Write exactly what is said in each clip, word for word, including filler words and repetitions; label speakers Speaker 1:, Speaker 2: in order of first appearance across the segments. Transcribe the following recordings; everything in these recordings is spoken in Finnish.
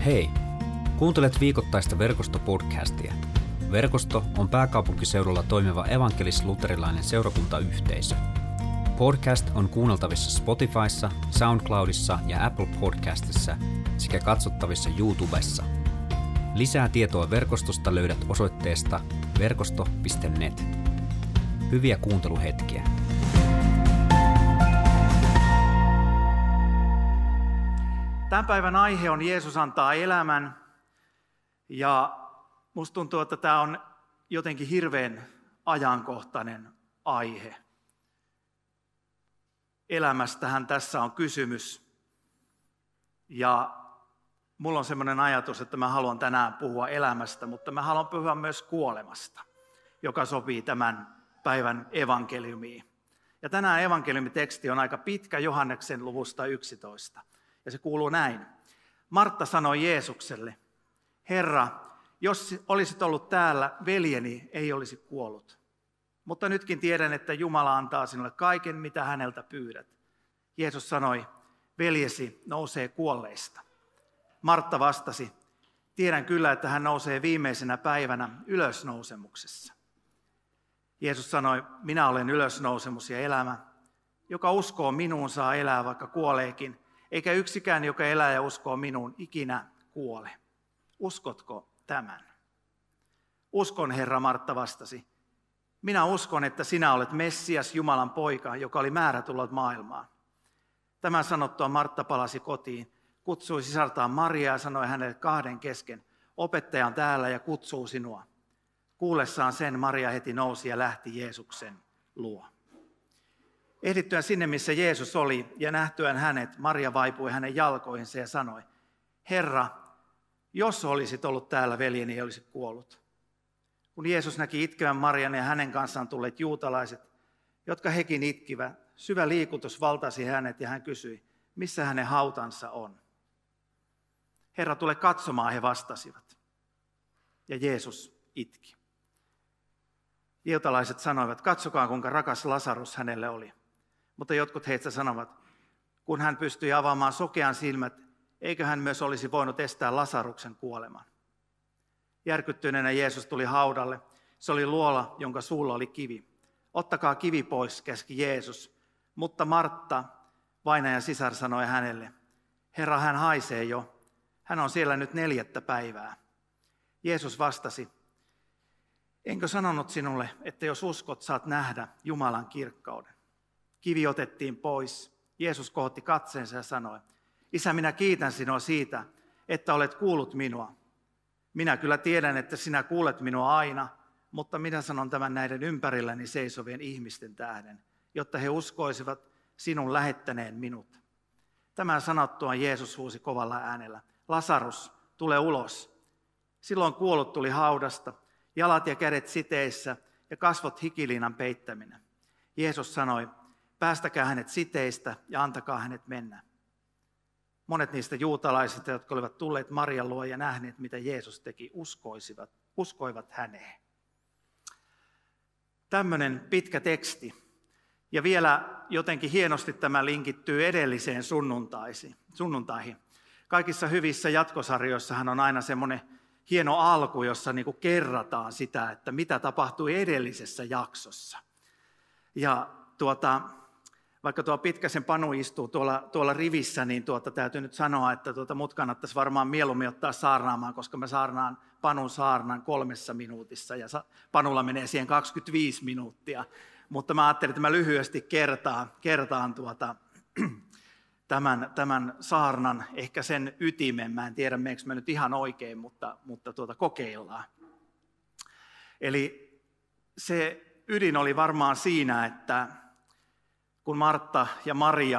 Speaker 1: Hei! Kuuntelet viikoittaista Verkosto-podcastia. Verkosto on pääkaupunkiseudulla toimiva evankelis-luterilainen seurakuntayhteisö. Podcast on kuunneltavissa Spotifyssa, SoundCloudissa ja Apple Podcastissa sekä katsottavissa YouTubessa. Lisää tietoa verkostosta löydät osoitteesta verkosto piste net. Hyviä kuunteluhetkiä.
Speaker 2: Tämän päivän aihe on Jeesus antaa elämän, ja musta tuntuu, että tämä on jotenkin hirveän ajankohtainen aihe. Elämästähän tässä on kysymys, ja mulla on semmoinen ajatus, että mä haluan tänään puhua elämästä, mutta mä haluan puhua myös kuolemasta, joka sopii tämän päivän evankeliumiin. Ja tänään evankeliumiteksti on aika pitkä, Johanneksen luvusta yksitoista. Ja se kuuluu näin. Martta sanoi Jeesukselle, Herra, jos olisit ollut täällä, veljeni ei olisi kuollut. Mutta nytkin tiedän, että Jumala antaa sinulle kaiken, mitä häneltä pyydät. Jeesus sanoi, veljesi nousee kuolleista. Martta vastasi, tiedän kyllä, että hän nousee viimeisenä päivänä ylösnousemuksessa. Jeesus sanoi, minä olen ylösnousemus ja elämä. Joka uskoo minuun saa elää, vaikka kuoleekin. Eikä yksikään, joka elää ja uskoo minuun, ikinä kuole. Uskotko tämän? Uskon, Herra, Martta vastasi. Minä uskon, että sinä olet Messias, Jumalan poika, joka oli määrä tulla maailmaan. Tämän sanottua Martta palasi kotiin, kutsui sisartaan Mariaa ja sanoi hänelle kahden kesken, opettaja on täällä ja kutsuu sinua. Kuullessaan sen Maria heti nousi ja lähti Jeesuksen luo. Ehdittyään sinne, missä Jeesus oli, ja nähtyään hänet, Maria vaipui hänen jalkoihinsa ja sanoi, Herra, jos olisit ollut täällä, veljeni ei olisi kuollut. Kun Jeesus näki itkevän Marian ja hänen kanssaan tulleet juutalaiset, jotka hekin itkivät, syvä liikutus valtasi hänet ja hän kysyi, missä hänen hautansa on. Herra, tule katsomaan, he vastasivat. Ja Jeesus itki. Juutalaiset sanoivat, katsokaa kuinka rakas Lasarus hänelle oli. Mutta jotkut heistä sanovat, kun hän pystyi avaamaan sokean silmät, eikö hän myös olisi voinut estää Lasaruksen kuoleman. Järkyttyneenä Jeesus tuli haudalle. Se oli luola, jonka suulla oli kivi. Ottakaa kivi pois, käski Jeesus. Mutta Martta, vainajan sisar, sanoi hänelle, Herra, hän haisee jo. Hän on siellä nyt neljättä päivää. Jeesus vastasi, enkö sanonut sinulle, että jos uskot, saat nähdä Jumalan kirkkauden? Kivi otettiin pois. Jeesus kohotti katseensa ja sanoi, Isä, minä kiitän sinua siitä, että olet kuullut minua. Minä kyllä tiedän, että sinä kuulet minua aina, mutta minä sanon tämän näiden ympärilläni seisovien ihmisten tähden, jotta he uskoisivat sinun lähettäneen minut. Tämän sanottuaan Jeesus huusi kovalla äänellä, Lasarus, tule ulos. Silloin kuollut tuli haudasta, jalat ja kädet siteissä ja kasvot hikiliinan peittäminä. Jeesus sanoi, päästäkää hänet siteistä ja antakaa hänet mennä. Monet niistä juutalaisista, jotka olivat tulleet Marian luo ja nähneet, mitä Jeesus teki, uskoisivat, uskoivat häneen. Tämmöinen pitkä teksti. Ja vielä jotenkin hienosti tämä linkittyy edelliseen sunnuntaihin. Kaikissa hyvissä jatkosarjoissahan on aina semmoinen hieno alku, jossa niin kuin kerrataan sitä, että mitä tapahtui edellisessä jaksossa. Ja tuota, vaikka tuo Pitkäsen Panu istuu tuolla, tuolla rivissä, niin tuota, täytyy nyt sanoa, että tuota, mut kannattaisi varmaan mieluummin ottaa saarnaamaan, koska mä saarnaan Panun saarnan kolmessa minuutissa ja Panulla menee siihen kaksikymmentäviisi minuuttia. Mutta mä ajattelin, että mä lyhyesti kertaan, kertaan tuota, tämän, tämän saarnan, ehkä sen ytimen. Mä en tiedä, meneekö mä nyt ihan oikein, mutta, mutta tuota, kokeillaan. Eli se ydin oli varmaan siinä, että kun Martta ja Maria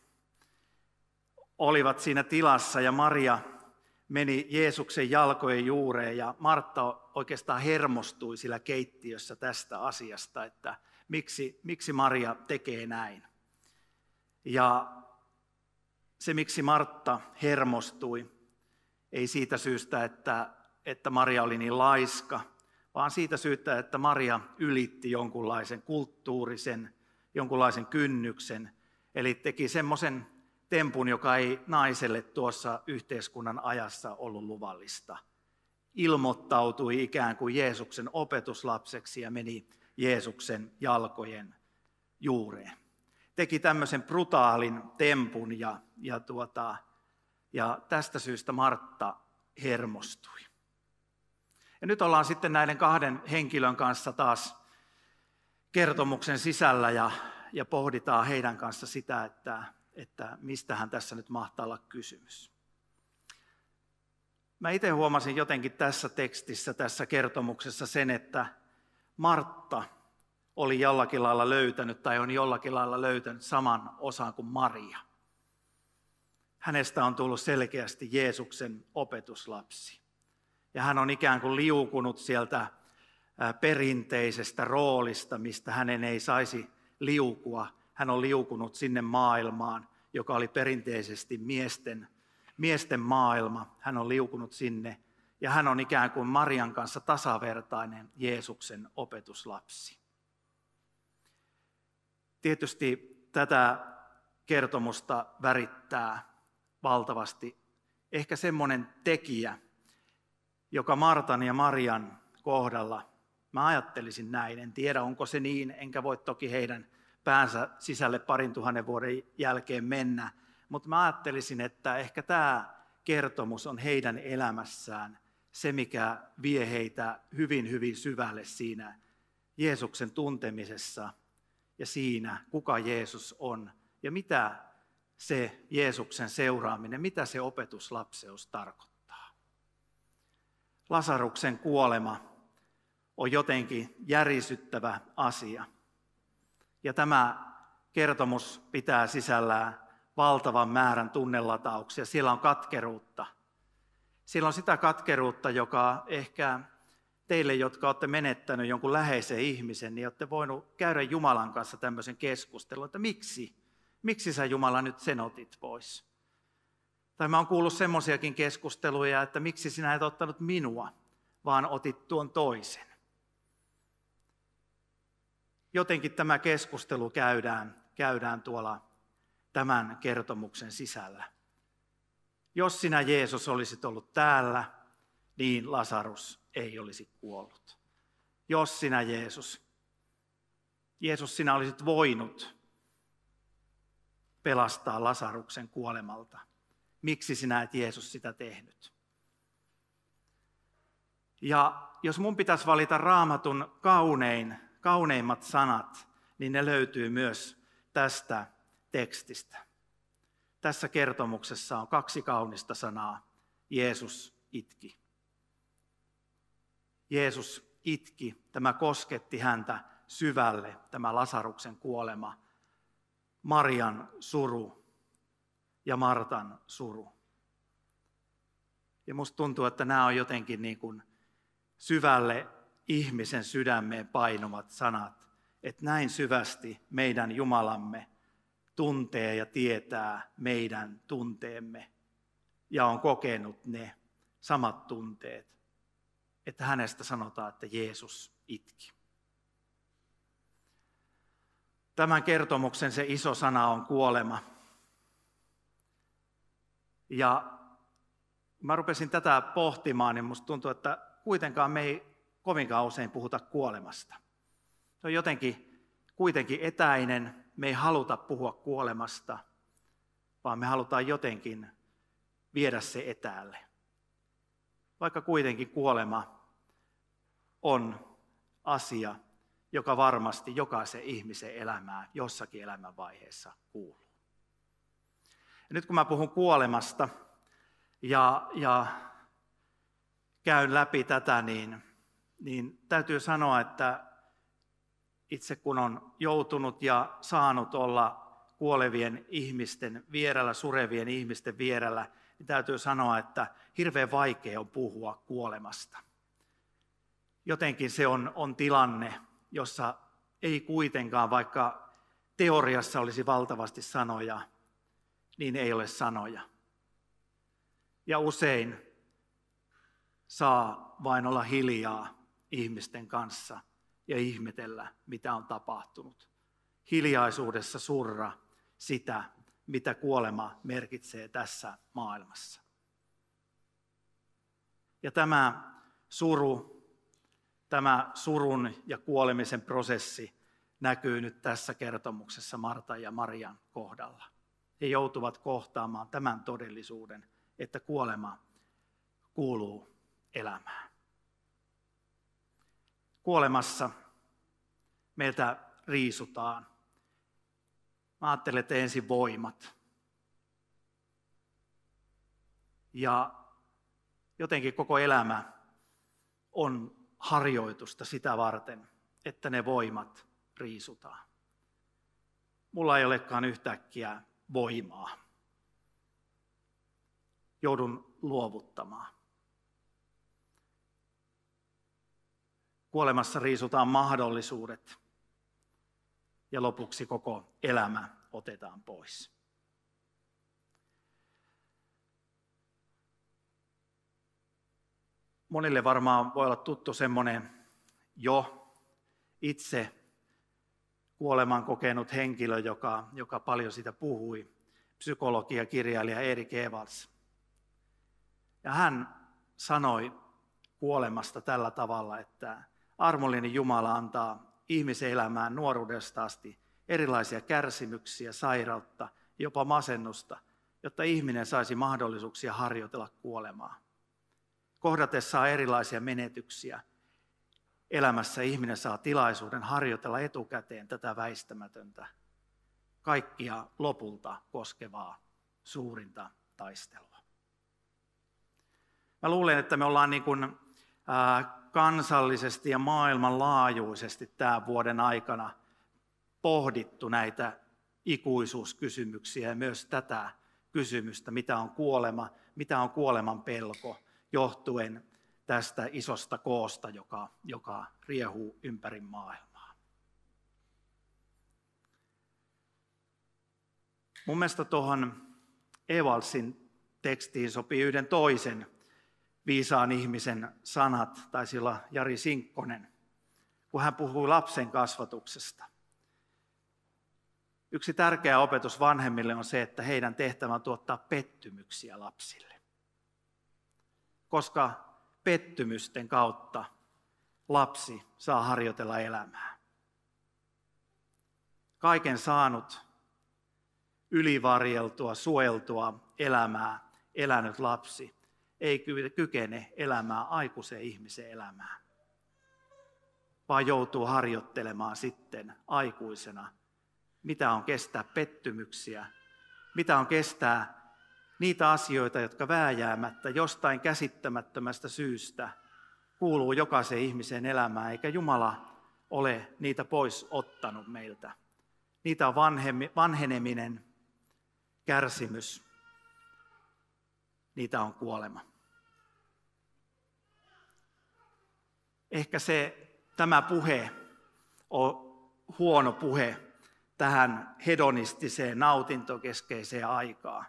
Speaker 2: olivat siinä tilassa ja Maria meni Jeesuksen jalkojen juureen ja Martta oikeastaan hermostui sillä keittiössä tästä asiasta, että miksi, miksi Maria tekee näin. Ja se, miksi Martta hermostui, ei siitä syystä, että, että Maria oli niin laiska, vaan siitä syystä, että Maria ylitti jonkunlaisen kulttuurisen, jonkunlaisen kynnyksen, eli teki semmoisen tempun, joka ei naiselle tuossa yhteiskunnan ajassa ollut luvallista. Ilmoittautui ikään kuin Jeesuksen opetuslapseksi ja meni Jeesuksen jalkojen juureen. Teki tämmöisen brutaalin tempun ja, ja, tuota, ja tästä syystä Martta hermostui. Ja nyt ollaan sitten näiden kahden henkilön kanssa taas kertomuksen sisällä ja, ja pohditaan heidän kanssa sitä, että, että mistähän tässä nyt mahtaa olla kysymys. Mä itse huomasin jotenkin tässä tekstissä, tässä kertomuksessa sen, että Martta oli jollakin lailla löytänyt tai on jollakin lailla löytänyt saman osan kuin Maria. Hänestä on tullut selkeästi Jeesuksen opetuslapsi. Ja hän on ikään kuin liukunut sieltä perinteisestä roolista, mistä hänen ei saisi liukua. Hän on liukunut sinne maailmaan, joka oli perinteisesti miesten, miesten maailma. Hän on liukunut sinne ja hän on ikään kuin Marian kanssa tasavertainen Jeesuksen opetuslapsi. Tietysti tätä kertomusta värittää valtavasti ehkä semmoinen tekijä, joka Martan ja Marian kohdalla, mä ajattelisin näin, en tiedä onko se niin, enkä voi toki heidän päänsä sisälle parin tuhannen vuoden jälkeen mennä, mutta mä ajattelisin, että ehkä tämä kertomus on heidän elämässään se, mikä vie heitä hyvin, hyvin syvälle siinä Jeesuksen tuntemisessa ja siinä, kuka Jeesus on ja mitä se Jeesuksen seuraaminen, mitä se opetuslapseus tarkoittaa. Lasaruksen kuolema on jotenkin järisyttävä asia. Ja tämä kertomus pitää sisällään valtavan määrän tunnelatauksia. Siellä on katkeruutta. Siellä on sitä katkeruutta, joka ehkä teille, jotka olette menettänyt jonkun läheisen ihmisen, niin olette voinut käydä Jumalan kanssa tämmöisen keskustelun, että miksi? Miksi sä Jumala nyt sen otit pois? Tai mä oon kuullut semmoisiakin keskusteluja, että miksi sinä et ottanut minua, vaan otit tuon toisen. Jotenkin tämä keskustelu käydään, käydään tuolla tämän kertomuksen sisällä. Jos sinä Jeesus olisit ollut täällä, niin Lasarus ei olisi kuollut. Jos sinä Jeesus, Jeesus sinä olisit voinut pelastaa Lasaruksen kuolemalta. Miksi sinä et Jeesus sitä tehnyt? Ja jos mun pitäisi valita Raamatun kaunein, kauneimmat sanat, niin ne löytyy myös tästä tekstistä. Tässä kertomuksessa on kaksi kaunista sanaa. Jeesus itki. Jeesus itki. Tämä kosketti häntä syvälle, tämä Lasaruksen kuolema. Marian suru ja Martan suru. Ja musta tuntuu, että nämä on jotenkin niin kuin syvälle ihmisen sydämeen painuvat sanat, että näin syvästi meidän Jumalamme tuntee ja tietää meidän tunteemme ja on kokenut ne samat tunteet, että hänestä sanotaan, että Jeesus itki. Tämän kertomuksen se iso sana on kuolema. Ja mä rupesin tätä pohtimaan, niin musta tuntuu, että kuitenkaan me ei kovinkaan usein puhuta kuolemasta. Se on jotenkin kuitenkin etäinen, me ei haluta puhua kuolemasta, vaan me halutaan jotenkin viedä se etäälle. Vaikka kuitenkin kuolema on asia, joka varmasti jokaisen ihmisen elämään jossakin elämänvaiheessa kuuluu. Ja nyt kun mä puhun kuolemasta ja, ja käyn läpi tätä, niin, niin täytyy sanoa, että itse kun on joutunut ja saanut olla kuolevien ihmisten vierellä, surevien ihmisten vierellä, niin täytyy sanoa, että hirveän vaikea on puhua kuolemasta. Jotenkin se on, on tilanne, jossa ei kuitenkaan, vaikka teoriassa olisi valtavasti sanoja, niin ei ole sanoja. Ja usein saa vain olla hiljaa ihmisten kanssa ja ihmetellä, mitä on tapahtunut. Hiljaisuudessa surra sitä, mitä kuolema merkitsee tässä maailmassa. Ja tämä suru, tämä surun ja kuolemisen prosessi näkyy nyt tässä kertomuksessa Martan ja Marian kohdalla. He joutuvat kohtaamaan tämän todellisuuden, että kuolema kuuluu elämään. Kuolemassa meiltä riisutaan. Mä ajattelen, että ensin voimat. Ja jotenkin koko elämä on harjoitusta sitä varten, että ne voimat riisutaan. Mulla ei olekaan yhtäkkiä voimaa. Joudun luovuttamaan. Kuolemassa riisutaan mahdollisuudet ja lopuksi koko elämä otetaan pois. Monille varmaan voi olla tuttu semmoinen jo itse kuoleman kokenut henkilö, joka, joka paljon sitä puhui, psykologiakirjailija Erik Evalds. Ja hän sanoi kuolemasta tällä tavalla, että armollinen Jumala antaa ihmisen elämään nuoruudesta asti erilaisia kärsimyksiä, sairautta, jopa masennusta, jotta ihminen saisi mahdollisuuksia harjoitella kuolemaa. Kohdatessaan erilaisia menetyksiä elämässä ihminen saa tilaisuuden harjoitella etukäteen tätä väistämätöntä, kaikkia lopulta koskevaa suurinta taistelua. Mä luulen, että me ollaan niin kuin, ää, kansallisesti ja maailmanlaajuisesti tämän vuoden aikana pohdittu näitä ikuisuuskysymyksiä ja myös tätä kysymystä, mitä on kuolema, mitä on kuoleman pelko, johtuen tästä isosta koosta, joka, joka riehuu ympäri maailmaa. Mun mielestä tuohon Evaldsin tekstiin sopii yhden toisen viisaan ihmisen sanat, taisi olla Jari Sinkkonen, kun hän puhui lapsen kasvatuksesta. Yksi tärkeä opetus vanhemmille on se, että heidän tehtävä on tuottaa pettymyksiä lapsille. Koska pettymysten kautta lapsi saa harjoitella elämää. Kaiken saanut, ylivarjeltua, suojeltua elämää elänyt lapsi ei kykene elämään aikuisen ihmisen elämää, vaan joutuu harjoittelemaan sitten aikuisena, mitä on kestää pettymyksiä, mitä on kestää niitä asioita, jotka vääjäämättä jostain käsittämättömästä syystä kuuluu jokaisen ihmisen elämään, eikä Jumala ole niitä pois ottanut meiltä. Niitä on vanheneminen, kärsimys, niitä on kuolema. Ehkä se, tämä puhe on huono puhe tähän hedonistiseen, nautintokeskeiseen aikaan.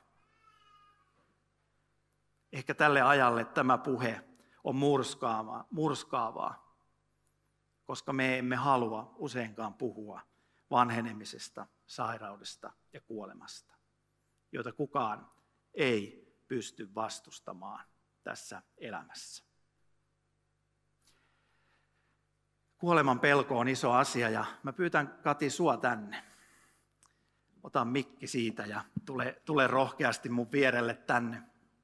Speaker 2: Ehkä tälle ajalle tämä puhe on murskaavaa, murskaavaa, koska me emme halua useinkaan puhua vanhenemisesta, sairaudesta ja kuolemasta, joita kukaan ei pysty vastustamaan tässä elämässä. Kuoleman pelko on iso asia ja mä pyytän Kati sua tänne. Ota mikki siitä ja tule, tule rohkeasti mun vierelle tänne.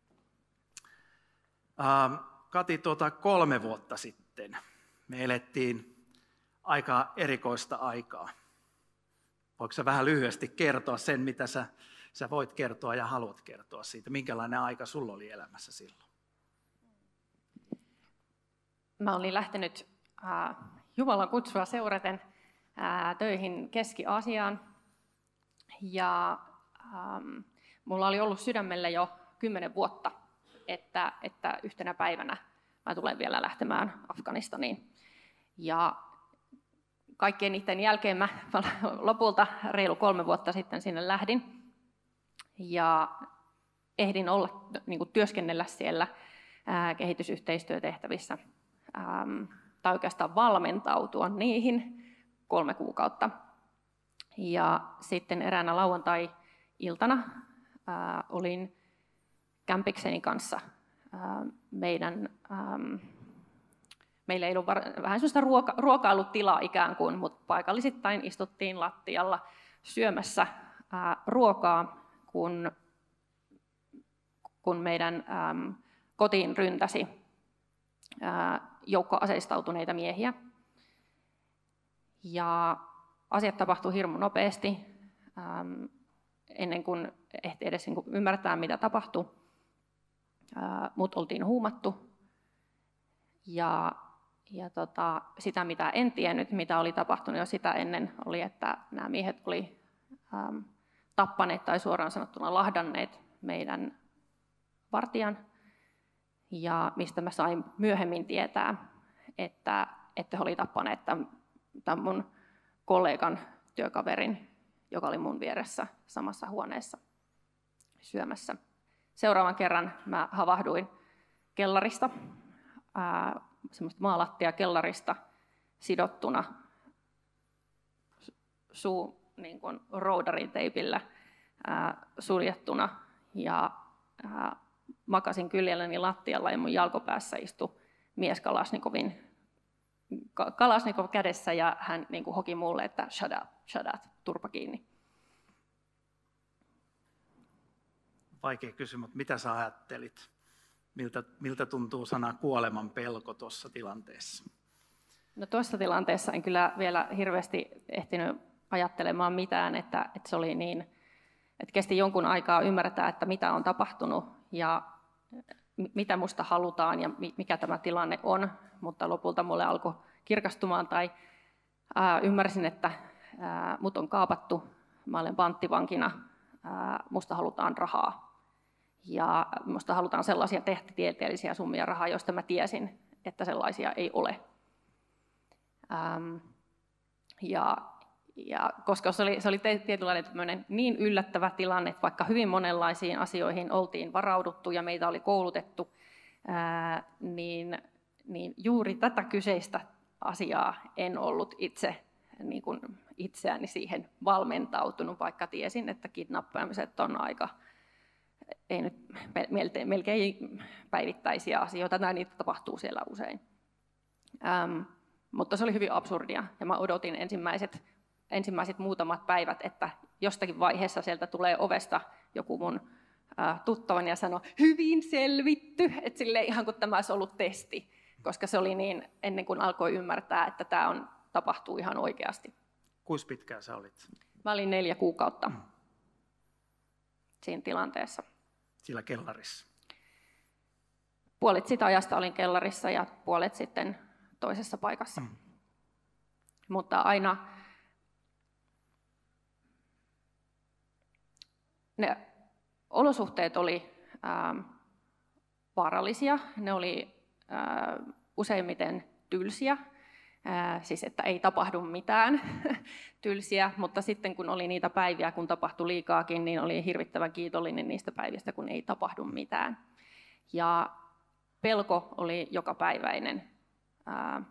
Speaker 2: Kati, tuota kolme vuotta sitten me elettiin aika erikoista aikaa. Voitko sä vähän lyhyesti kertoa sen, mitä sä, sä voit kertoa ja haluat kertoa siitä? Minkälainen aika sulla oli elämässä silloin?
Speaker 3: Mä olin lähtenyt äh, Jumalan kutsua seuraten äh, töihin Keski-Aasiaan. Ja ähm, mulla oli ollut sydämellä jo kymmenen vuotta, että, että yhtenä päivänä mä tulen vielä lähtemään Afganistaniin. Ja kaikkien niiden jälkeen mä lopulta reilu kolme vuotta sitten sinne lähdin. Ja ehdin olla, niin kuin työskennellä siellä ää, kehitysyhteistyötehtävissä, äm, tai oikeastaan valmentautua niihin kolme kuukautta. Ja sitten eräänä lauantai iltana ää, olin kämpikseni kanssa ää, meidän, äm, meillä ei ollut var, vähän sellaista ruoka, ruokailutilaa ikään kuin, mutta paikallisittain istuttiin lattialla syömässä ää, ruokaa, kun, kun meidän äm, kotiin ryntäsi ää, joukko aseistautuneita miehiä. Ja asiat tapahtui hirmu nopeasti, äm, ennen kuin ehti edes niin kuin ymmärtää, mitä tapahtui. Ää, mut oltiin huumattu. Ja, ja tota, sitä, mitä en tiennyt, mitä oli tapahtunut jo sitä ennen, oli, että nämä miehet oli äm, tappaneet tai suoraan sanottuna lahdanneet meidän vartijan. Ja mistä mä sain myöhemmin tietää, että, että he oli tappaneet tämän, tämän mun kollegan työkaverin, joka oli mun vieressä samassa huoneessa syömässä. Seuraavan kerran mä havahduin kellarista, ää, semmoista maalattia kellarista sidottuna suu niin kuin roudariteipillä ää, suljettuna ja ää, makasin kyljelläni lattialla ja mun jalkopäässä istui mies Kalasnikovin Kalasnikov kädessä ja hän niin kuin hoki mulle, että shut up, shut up, turpa kiinni.
Speaker 2: Vaikea kysymys, mutta mitä sä ajattelit? Miltä, miltä tuntuu sana kuoleman pelko tuossa tilanteessa?
Speaker 3: No tuossa tilanteessa en kyllä vielä hirveästi ehtinyt ajattelemaan mitään, että, että se oli niin, että kesti jonkun aikaa ymmärtää, että mitä on tapahtunut ja mitä musta halutaan ja mikä tämä tilanne on, mutta lopulta mulle alkoi kirkastumaan tai ää, ymmärsin, että ää, mut on kaapattu, mä olen panttivankina, ää, musta halutaan rahaa ja musta halutaan sellaisia tehtitieteellisiä summia rahaa, joista mä tiesin, että sellaisia ei ole. Ähm, ja, ja koska se oli, se oli tietynlainen niin yllättävä tilanne, että vaikka hyvin monenlaisiin asioihin oltiin varauduttu ja meitä oli koulutettu, ää, niin, niin juuri tätä kyseistä asiaa en ollut itse niin kuin itseäni siihen valmentautunut, vaikka tiesin, että kidnappaamiset on aika, ei nyt melkein päivittäisiä asioita, tai niitä tapahtuu siellä usein. Ähm, mutta se oli hyvin absurdia, ja mä odotin ensimmäiset, ensimmäiset muutamat päivät, että jostakin vaiheessa sieltä tulee ovesta joku mun äh, tuttavani ja sanoi, hyvin selvitty, että silleen ihan kuin tämä olisi ollut testi, koska se oli niin ennen kuin alkoi ymmärtää, että tämä on, tapahtuu ihan oikeasti.
Speaker 2: Kuinka pitkään sä olit?
Speaker 3: Mä olin neljä kuukautta mm. siinä tilanteessa.
Speaker 2: Sillä kellarissa?
Speaker 3: Puolet sitä ajasta olin kellarissa ja puolet sitten toisessa paikassa. Mm. Mutta aina ne olosuhteet oli ähm, vaarallisia, ne oli äh, useimmiten tylsiä, äh, siis että ei tapahdu mitään tylsiä, mutta sitten kun oli niitä päiviä, kun tapahtui liikaakin, niin oli hirvittävän kiitollinen niistä päivistä, kun ei tapahdu mitään. Ja pelko oli jokapäiväinen ää,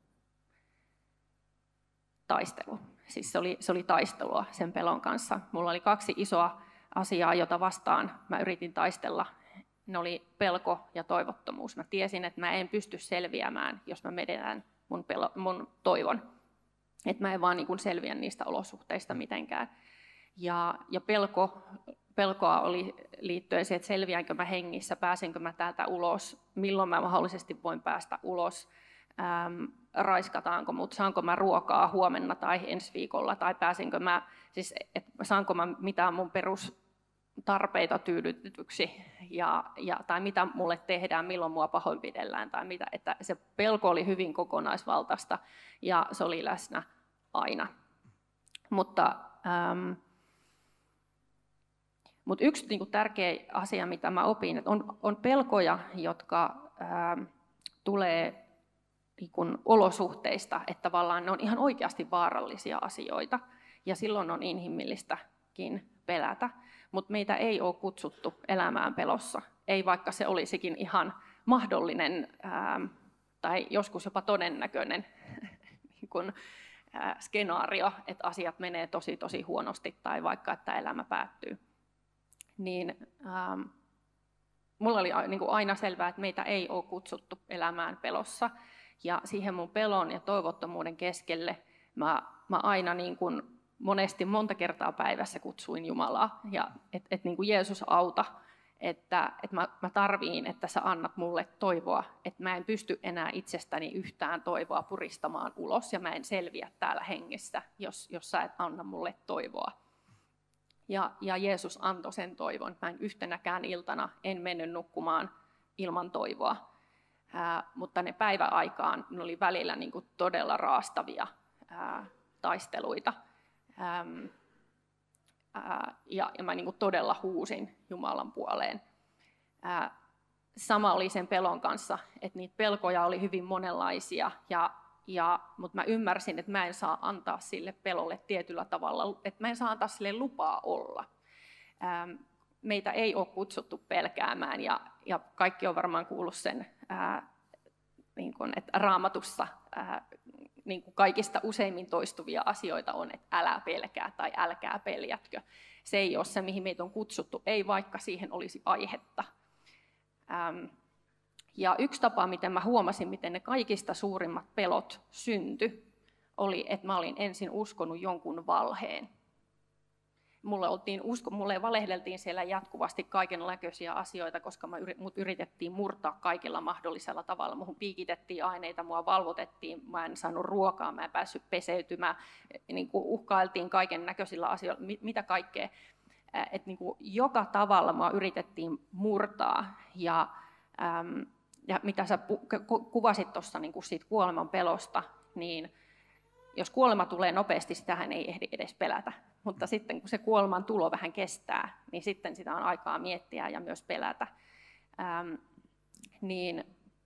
Speaker 3: taistelu. Siis se oli, se oli taistelua sen pelon kanssa. Mulla oli kaksi isoa asiaa, jota vastaan mä yritin taistella. Ne oli pelko ja toivottomuus. Mä tiesin, että mä en pysty selviämään, jos mä menetän mun, pelo, mun toivon. Että mä en vaan niin kuin selviä niistä olosuhteista mitenkään. Ja, ja pelko, pelkoa oli liittyen siihen, että selviäänkö mä hengissä, pääsenkö mä täältä ulos, milloin mä mahdollisesti voin päästä ulos, äm, raiskataanko mut, saanko mä ruokaa huomenna tai ensi viikolla, tai pääsenkö mä, siis et, saanko mä mitään mun perustarpeita tyydytetyksi, ja, ja, tai mitä mulle tehdään, milloin mua pahoinpidellään, tai mitä, että se pelko oli hyvin kokonaisvaltaista, ja se oli läsnä aina. Mutta äm, Mutta yksi niin kuin tärkeä asia, mitä mä opin, että on, on pelkoja, jotka ää, tulee niin kuin olosuhteista, että tavallaan ne on ihan oikeasti vaarallisia asioita, ja silloin on inhimillistäkin pelätä, mutta meitä ei ole kutsuttu elämään pelossa, ei vaikka se olisikin ihan mahdollinen ää, tai joskus jopa todennäköinen niin kuin, ää, skenaario, että asiat menee tosi tosi huonosti tai vaikka että elämä päättyy. niin ähm, mulla oli niin kuin aina selvää, että meitä ei ole kutsuttu elämään pelossa. Ja siihen mun pelon ja toivottomuuden keskelle mä, mä aina niin kuin monesti monta kertaa päivässä kutsuin Jumalaa. Ja että et niin kuin Jeesus auta, että et mä, mä tarviin, että sä annat mulle toivoa. Että mä en pysty enää itsestäni yhtään toivoa puristamaan ulos ja mä en selviä täällä hengessä, jos, jos sä et anna mulle toivoa. Ja, ja Jeesus antoi sen toivon. Mä en yhtenäkään iltana en mennyt nukkumaan ilman toivoa. Ää, mutta ne päiväaikaan ne oli välillä niin kuin todella raastavia ää, taisteluita. Ähm, ää, ja, ja mä niin kuin todella huusin Jumalan puoleen. Ää, sama oli sen pelon kanssa, että niitä pelkoja oli hyvin monenlaisia. Ja, ja, mutta mä ymmärsin, että mä en saa antaa sille pelolle tietyllä tavalla, että mä en saa antaa sille lupaa olla. Ähm, meitä ei ole kutsuttu pelkäämään ja, ja kaikki on varmaan kuullut sen, ää, niin kun, että Raamatussa ää, niin kuin kaikista useimmin toistuvia asioita on, että älä pelkää tai älkää peljätkö. Se ei ole se, mihin meitä on kutsuttu, ei vaikka siihen olisi aihetta. Ähm, ja yksi tapa, miten mä huomasin, miten ne kaikista suurimmat pelot syntyi, oli, että mä olin ensin uskonut jonkun valheen. Mulle, oltiin usko, mulle valehdeltiin siellä jatkuvasti kaikenlaisia asioita, koska mut yritettiin murtaa kaikilla mahdollisella tavalla. Muhun piikitettiin aineita, mua valvotettiin, mä en saanut ruokaa, mä en päässyt peseytymään, niin kuin uhkailtiin kaiken näköisillä asioilla, mitä kaikkea. Et niin kuin joka tavalla mua yritettiin murtaa. Ja, äm, ja mitä sä pu- kuvasit tuossa niin kuin siitä kuoleman pelosta, niin jos kuolema tulee nopeasti, sitähän ei ehdi edes pelätä. Mutta sitten kun se kuoleman tulo vähän kestää, niin sitten sitä on aikaa miettiä ja myös pelätä. Ähm, niin,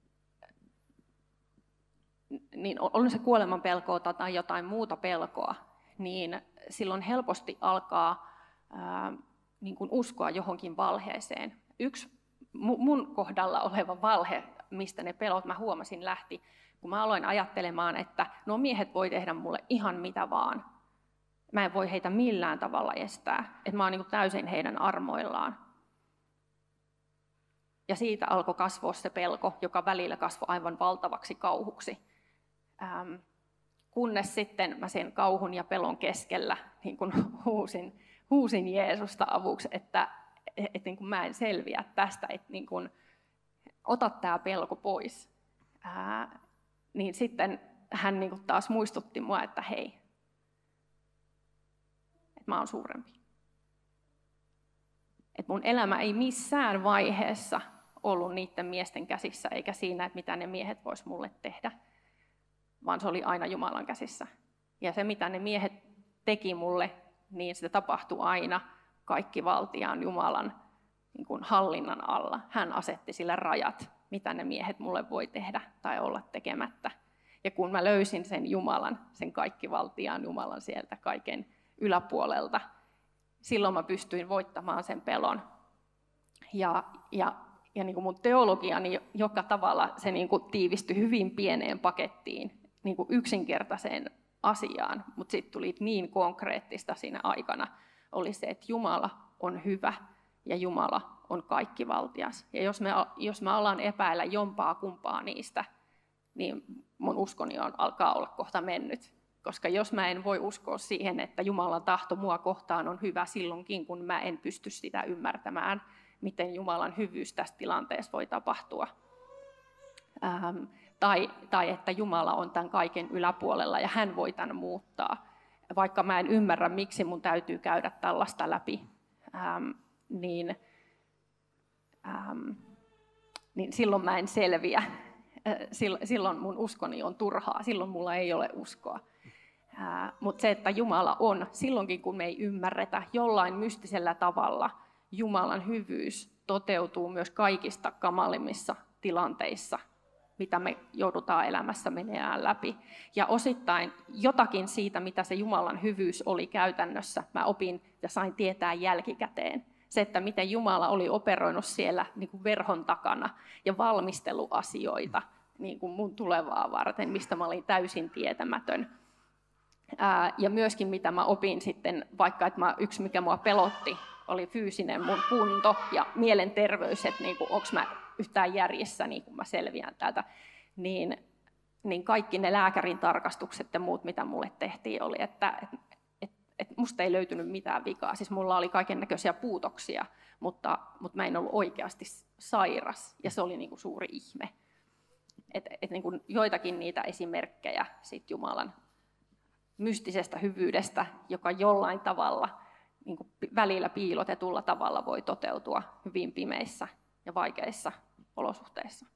Speaker 3: niin on se kuoleman pelkoa tai jotain muuta pelkoa, niin silloin helposti alkaa ää, niin kuin uskoa johonkin valheeseen. Yksi mun kohdalla oleva valhe, mistä ne pelot mä huomasin lähti, kun mä aloin ajattelemaan, että no miehet voi tehdä mulle ihan mitä vaan. Mä en voi heitä millään tavalla estää, että mä oon niin kuin täysin heidän armoillaan. Ja siitä alkoi kasvaa se pelko, joka välillä kasvoi aivan valtavaksi kauhuksi. Ähm, kunnes sitten mä sen kauhun ja pelon keskellä niin kuin huusin, huusin Jeesusta avuksi, että et, niin kuin mä en selviä tästä, että niin kuin, ota tämä pelko pois. Ää, niin sitten hän niin kuin taas muistutti mua, että hei, että mä oon suurempi. Että mun elämä ei missään vaiheessa ollut niiden miesten käsissä, eikä siinä, että mitä ne miehet vois mulle tehdä, vaan se oli aina Jumalan käsissä. Ja se, mitä ne miehet teki mulle, niin se tapahtui aina kaikkivaltiaan Jumalan niin kuin hallinnan alla. Hän asetti sille rajat, mitä ne miehet mulle voi tehdä tai olla tekemättä. Ja kun mä löysin sen Jumalan, sen kaikkivaltiaan Jumalan sieltä kaiken yläpuolelta, silloin mä pystyin voittamaan sen pelon. Ja, ja, ja niin kuin mun teologiani joka tavalla se niin kuin tiivistyi hyvin pieneen pakettiin, niin kuin yksinkertaiseen asiaan, mutta sitten tuli niin konkreettista siinä aikana, oli se, että Jumala on hyvä ja Jumala on kaikkivaltias. Ja jos, me, jos mä alan epäillä jompaa kumpaa niistä, niin mun uskoni on, alkaa olla kohta mennyt. Koska jos mä en voi uskoa siihen, että Jumalan tahto mua kohtaan on hyvä silloinkin, kun mä en pysty sitä ymmärtämään, miten Jumalan hyvyys tässä tilanteessa voi tapahtua. Ähm, tai, tai että Jumala on tämän kaiken yläpuolella ja hän voi tämän muuttaa. Vaikka mä en ymmärrä, miksi mun täytyy käydä tällaista läpi, ähm, niin, ähm, niin silloin mä en selviä. Silloin mun uskoni on turhaa, silloin mulla ei ole uskoa. Äh, mutta se, että Jumala on, silloinkin kun me ei ymmärretä jollain mystisellä tavalla, Jumalan hyvyys toteutuu myös kaikista kamalimmissa tilanteissa, mitä me joudutaan elämässä menemään läpi. Ja osittain jotakin siitä, mitä se Jumalan hyvyys oli käytännössä, mä opin ja sain tietää jälkikäteen. Se, että miten Jumala oli operoinut siellä niin kuin verhon takana ja valmisteluasioita niin kuin mun tulevaa varten, mistä mä olin täysin tietämätön. Ää, ja myöskin mitä mä opin sitten, vaikka että mä, yksi mikä mua pelotti, oli fyysinen mun kunto ja mielenterveys, että niin onko mä yhtään järjessä, niin kun mä selviän täältä, niin, niin kaikki ne lääkärin tarkastukset ja muut, mitä mulle tehtiin, oli, että et, et, et musta ei löytynyt mitään vikaa. Siis mulla oli kaiken näköisiä puutoksia, mutta, mutta mä en ollut oikeasti sairas, ja se oli niin kuin suuri ihme. Et, et niin kuin joitakin niitä esimerkkejä siitä Jumalan mystisestä hyvyydestä, joka jollain tavalla, niin kuin välillä piilotetulla tavalla voi toteutua hyvin pimeissä ja vaikeissa olosuhteissa.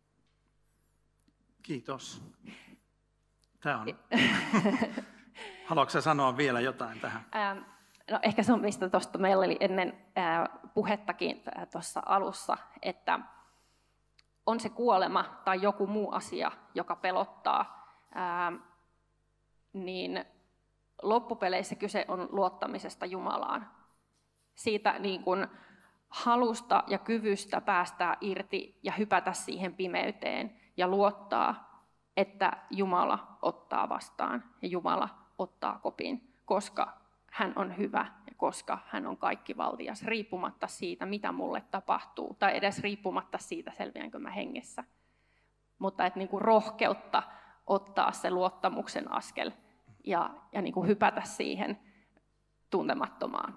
Speaker 2: Kiitos. Tämä on. Haluatko sanoa vielä jotain tähän?
Speaker 3: Ähm, no ehkä se on, mistä tuosta meillä oli ennen äh, puhettakin äh, tuossa alussa, että on se kuolema tai joku muu asia, joka pelottaa, äh, niin loppupeleissä kyse on luottamisesta Jumalaan. Siitä niin kuin halusta ja kyvystä päästää irti ja hypätä siihen pimeyteen ja luottaa, että Jumala ottaa vastaan ja Jumala ottaa kopin, koska hän on hyvä ja koska hän on kaikkivaltias, riippumatta siitä, mitä mulle tapahtuu, tai edes riippumatta siitä, selviänkö mä hengessä. Mutta että niin kuin rohkeutta ottaa se luottamuksen askel ja, ja niin kuin hypätä siihen tuntemattomaan.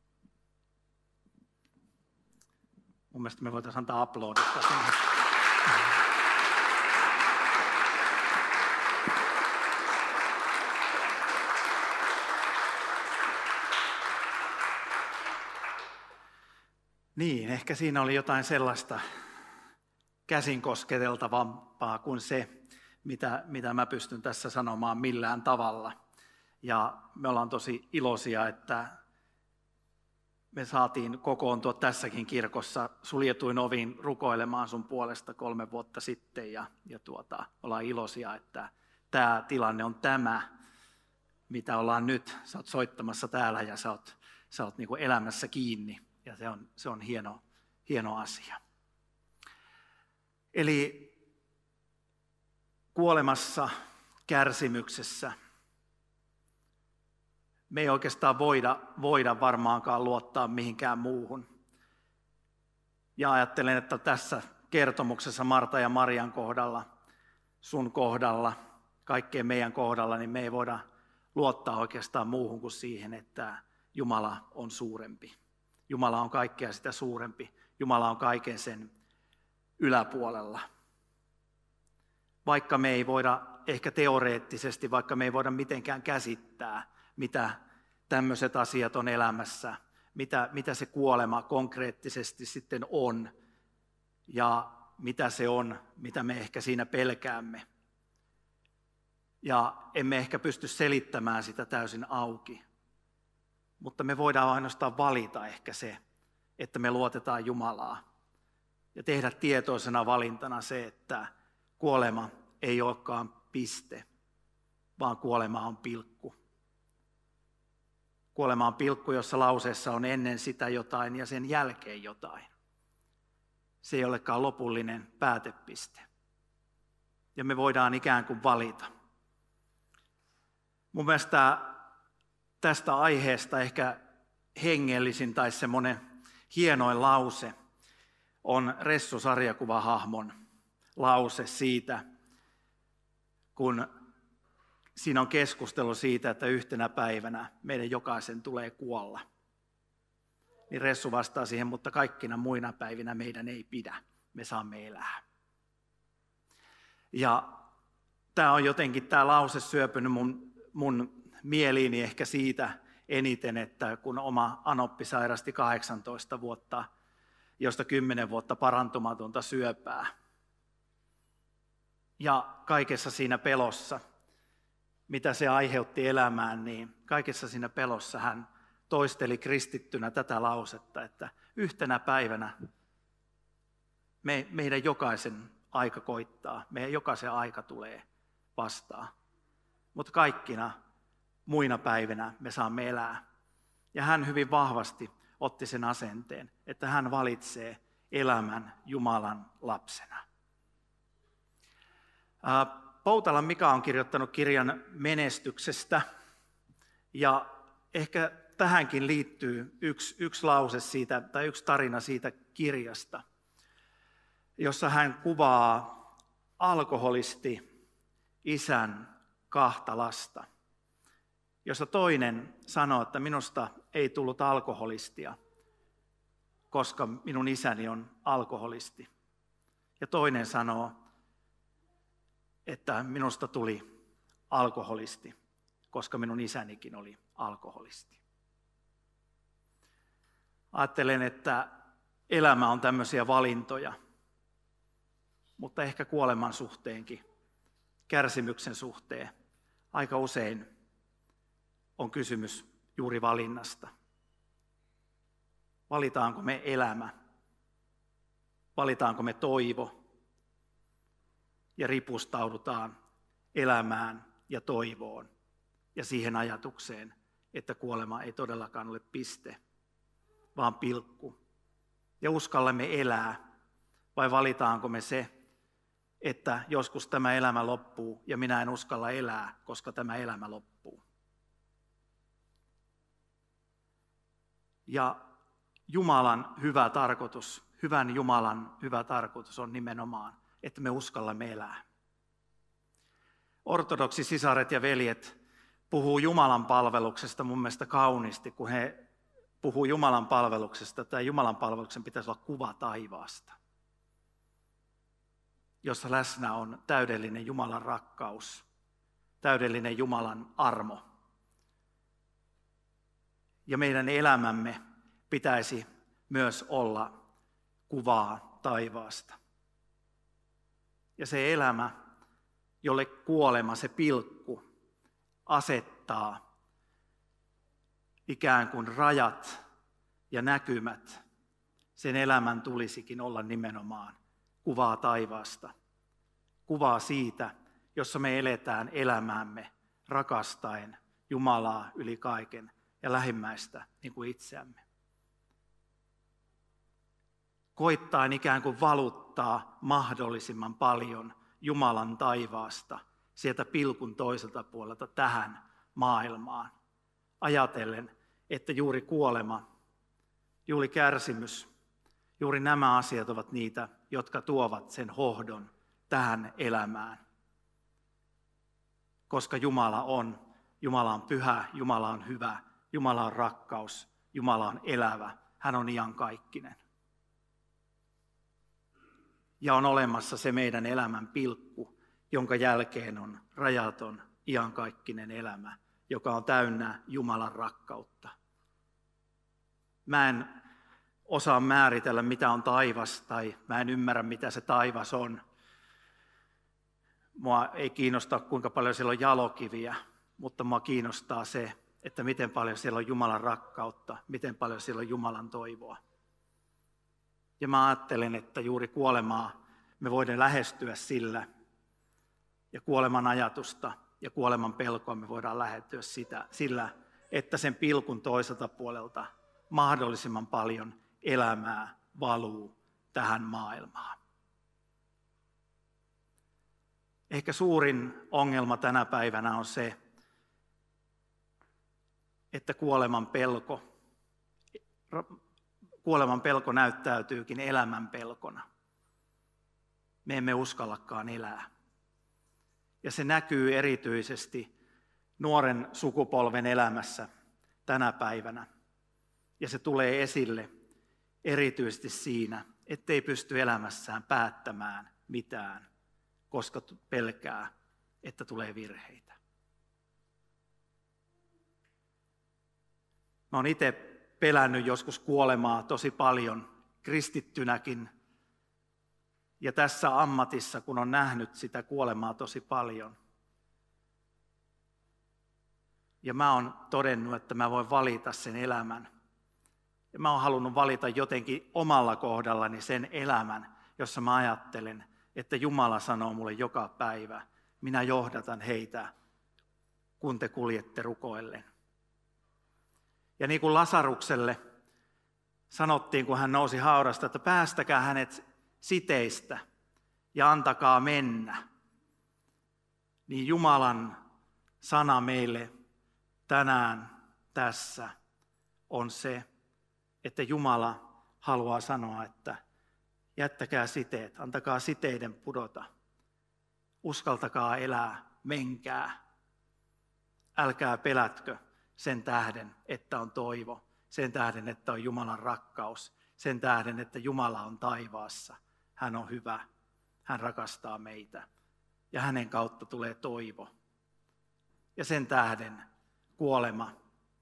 Speaker 2: Mun mielestä me voitaisiin antaa aplodista sinne. Niin, ehkä siinä oli jotain sellaista käsin kosketeltavampaa kuin se, mitä, mitä mä pystyn tässä sanomaan millään tavalla. Ja me ollaan tosi iloisia, että me saatiin kokoontua tässäkin kirkossa suljetuin ovin rukoilemaan sun puolesta kolme vuotta sitten. Ja, ja tuota, ollaan iloisia, että tämä tilanne on tämä, mitä ollaan nyt. Sä oot soittamassa täällä ja sä oot, sä oot niin kuin elämässä kiinni. Ja se on, se on hieno, hieno asia. Eli kuolemassa, kärsimyksessä, me ei oikeastaan voida, voida varmaankaan luottaa mihinkään muuhun. Ja ajattelen, että tässä kertomuksessa Marta ja Marian kohdalla, sun kohdalla, kaikkien meidän kohdalla, niin me ei voida luottaa oikeastaan muuhun kuin siihen, että Jumala on suurempi. Jumala on kaikkea sitä suurempi. Jumala on kaiken sen yläpuolella. Vaikka me ei voida ehkä teoreettisesti, vaikka me ei voida mitenkään käsittää, mitä tämmöiset asiat on elämässä, mitä, mitä se kuolema konkreettisesti sitten on ja mitä se on, mitä me ehkä siinä pelkäämme. Ja emme ehkä pysty selittämään sitä täysin auki. Mutta me voidaan ainoastaan valita ehkä se, että me luotetaan Jumalaa ja tehdä tietoisena valintana se, että kuolema ei olekaan piste, vaan kuolema on pilkku. Kuolema on pilkku, jossa lauseessa on ennen sitä jotain ja sen jälkeen jotain. Se ei olekaan lopullinen päätepiste. Ja me voidaan ikään kuin valita. Mun mielestä tästä aiheesta ehkä hengellisin tai semmoinen hienoin lause on Ressu-sarjakuvahahmon lause siitä, kun siinä on keskustelu siitä, että yhtenä päivänä meidän jokaisen tulee kuolla. Niin Ressu vastaa siihen, mutta kaikkina muina päivinä meidän ei pidä, me saamme elää. Ja tämä on jotenkin, tämä lause syöpynyt mun, mun mieliini ehkä siitä eniten, että kun oma anoppi sairasti kahdeksantoista vuotta, josta kymmenen vuotta parantumatonta syöpää. Ja kaikessa siinä pelossa, mitä se aiheutti elämään, niin kaikessa siinä pelossa hän toisteli kristittynä tätä lausetta, että yhtenä päivänä me, meidän jokaisen aika koittaa, meidän jokaisen aika tulee vastaan. Mutta kaikkina muina päivinä me saamme elää. Ja hän hyvin vahvasti otti sen asenteen, että hän valitsee elämän Jumalan lapsena. Poutalan Mika on kirjoittanut kirjan menestyksestä. Ja ehkä tähänkin liittyy yksi, yksi lause siitä, tai yksi tarina siitä kirjasta, jossa hän kuvaa alkoholisti isän kahta lasta, jossa toinen sanoo, että minusta ei tullut alkoholistia, koska minun isäni on alkoholisti. Ja toinen sanoo, että minusta tuli alkoholisti, koska minun isänikin oli alkoholisti. Ajattelen, että elämä on tämmöisiä valintoja, mutta ehkä kuoleman suhteenkin, kärsimyksen suhteen. Aika usein on kysymys juuri valinnasta. Valitaanko me elämä? Valitaanko me toivo? Ja ripustaudutaan elämään ja toivoon ja siihen ajatukseen, että kuolema ei todellakaan ole piste, vaan pilkku. Ja uskallamme elää, vai valitaanko me se, että joskus tämä elämä loppuu ja minä en uskalla elää, koska tämä elämä loppuu. Ja Jumalan hyvä tarkoitus, hyvän Jumalan hyvä tarkoitus on nimenomaan, että me uskallamme elää. Ortodoksi sisaret ja veljet puhuu Jumalan palveluksesta mun mielestä kauniisti, kun he puhuu Jumalan palveluksesta. Tämä Jumalan palveluksen pitäisi olla kuva taivaasta, jossa läsnä on täydellinen Jumalan rakkaus, täydellinen Jumalan armo. Ja meidän elämämme pitäisi myös olla kuvaa taivaasta. Ja se elämä, jolle kuolema, se pilkku, asettaa ikään kuin rajat ja näkymät, sen elämän tulisikin olla nimenomaan kuvaa taivaasta. Kuvaa siitä, jossa me eletään elämäämme rakastaen Jumalaa yli kaiken ja lähimmäistä niin kuin itseämme. Koittaen ikään kuin valuttaa mahdollisimman paljon Jumalan taivaasta sieltä pilkun toiselta puolelta tähän maailmaan. Ajatellen, että juuri kuolema, juuri kärsimys, juuri nämä asiat ovat niitä, jotka tuovat sen hohdon tähän elämään. Koska Jumala on, Jumala on pyhä, Jumala on hyvä, Jumala on rakkaus, Jumala on elävä, hän on iankaikkinen. Ja on olemassa se meidän elämän pilkku, jonka jälkeen on rajaton, iankaikkinen elämä, joka on täynnä Jumalan rakkautta. Mä en osaa määritellä, mitä on taivas, tai mä en ymmärrä, mitä se taivas on. Mua ei kiinnosta, kuinka paljon siellä on jalokiviä, mutta mua kiinnostaa se, että miten paljon siellä on Jumalan rakkautta, miten paljon siellä on Jumalan toivoa. Ja mä ajattelen, että juuri kuolemaa me voidaan lähestyä sillä, ja kuoleman ajatusta ja kuoleman pelkoa me voidaan lähestyä sitä, sillä, että sen pilkun toiselta puolelta mahdollisimman paljon elämää valuu tähän maailmaan. Ehkä suurin ongelma tänä päivänä on se, että kuoleman pelko, kuoleman pelko näyttäytyykin elämän pelkona. Me emme uskallakaan elää. Ja se näkyy erityisesti nuoren sukupolven elämässä tänä päivänä. Ja se tulee esille erityisesti siinä, ettei pysty elämässään päättämään mitään, koska pelkää, että tulee virheitä. Mä oon itse pelännyt joskus kuolemaa tosi paljon, kristittynäkin. Ja tässä ammatissa, kun on nähnyt sitä kuolemaa tosi paljon. Ja mä oon todennut, että mä voin valita sen elämän. Ja mä oon halunnut valita jotenkin omalla kohdallani sen elämän, jossa mä ajattelen, että Jumala sanoo mulle joka päivä, minä johdatan heitä, kun te kuljette rukoillen. Ja niin kuin Lasarukselle sanottiin, kun hän nousi haudasta, että päästäkää hänet siteistä ja antakaa mennä, niin Jumalan sana meille tänään tässä on se, että Jumala haluaa sanoa, että jättäkää siteet, antakaa siteiden pudota. Uskaltakaa elää, menkää. Älkää pelätkö sen tähden, että on toivo, sen tähden, että on Jumalan rakkaus, sen tähden, että Jumala on taivaassa. Hän on hyvä, hän rakastaa meitä ja hänen kautta tulee toivo. Ja sen tähden kuolema,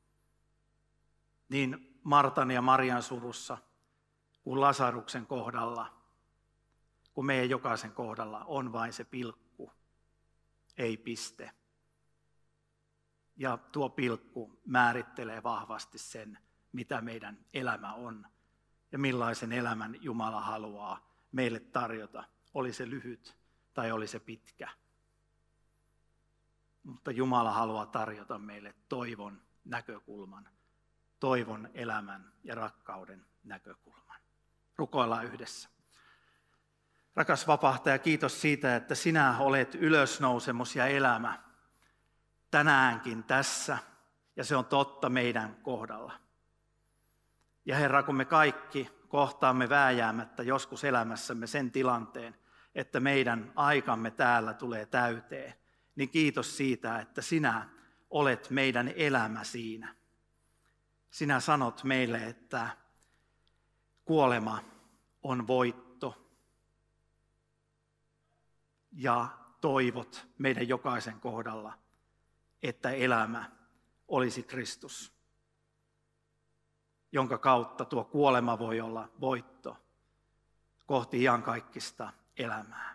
Speaker 2: niin Martan ja Marian surussa kuin Lasaruksen kohdalla, kuin meidän jokaisen kohdalla on vain se pilkku, ei piste. Ja tuo pilkku määrittelee vahvasti sen, mitä meidän elämä on ja millaisen elämän Jumala haluaa meille tarjota, oli se lyhyt tai oli se pitkä. Mutta Jumala haluaa tarjota meille toivon näkökulman, toivon elämän ja rakkauden näkökulman. Rukoillaan yhdessä. Rakas vapahtaja, kiitos siitä, että sinä olet ylösnousemus ja elämä tänäänkin tässä, ja se on totta meidän kohdalla. Ja Herra, kun me kaikki kohtaamme vääjäämättä joskus elämässämme sen tilanteen, että meidän aikamme täällä tulee täyteen, niin kiitos siitä, että sinä olet meidän elämä siinä. Sinä sanot meille, että kuolema on voitto ja toivot meidän jokaisen kohdalla, että elämä olisi Kristus, jonka kautta tuo kuolema voi olla voitto kohti iankaikkista elämää.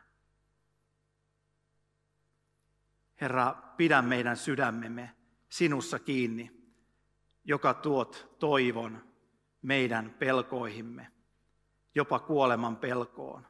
Speaker 2: Herra, pidä meidän sydämemme sinussa kiinni, joka tuot toivon meidän pelkoihimme, jopa kuoleman pelkoon.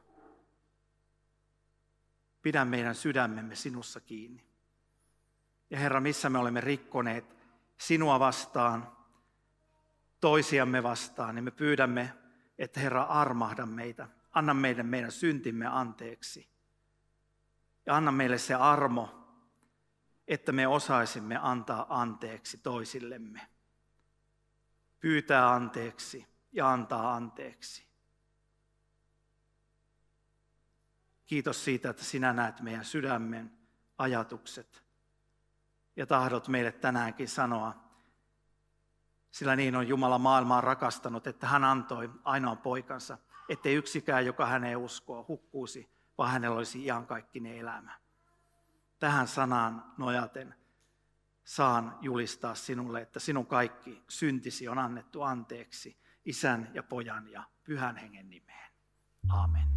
Speaker 2: Pidä meidän sydämemme sinussa kiinni. Ja Herra, missä me olemme rikkoneet sinua vastaan, toisiamme vastaan, niin me pyydämme, että Herra, armahda meitä. Anna meidän meidän syntimme anteeksi. Ja anna meille se armo, että me osaisimme antaa anteeksi toisillemme. Pyytää anteeksi ja antaa anteeksi. Kiitos siitä, että sinä näet meidän sydämen ajatukset ja tahdot meille tänäänkin sanoa, sillä niin on Jumala maailmaa rakastanut, että hän antoi ainoan poikansa, ettei yksikään, joka häneen uskoo, hukkuisi, vaan hänellä olisi iankaikkinen elämä. Tähän sanaan nojaten saan julistaa sinulle, että sinun kaikki syntisi on annettu anteeksi Isän ja Pojan ja Pyhän Hengen nimeen. Aamen.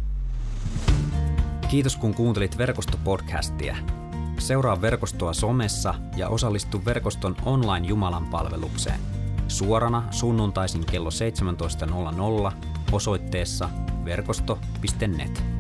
Speaker 1: Kiitos kun kuuntelit Verkosto-podcastia. Seuraa Verkostoa somessa ja osallistu Verkoston online Jumalan palvelukseen. Suorana sunnuntaisin kello seitsemäntoista nolla nolla osoitteessa verkosto piste net.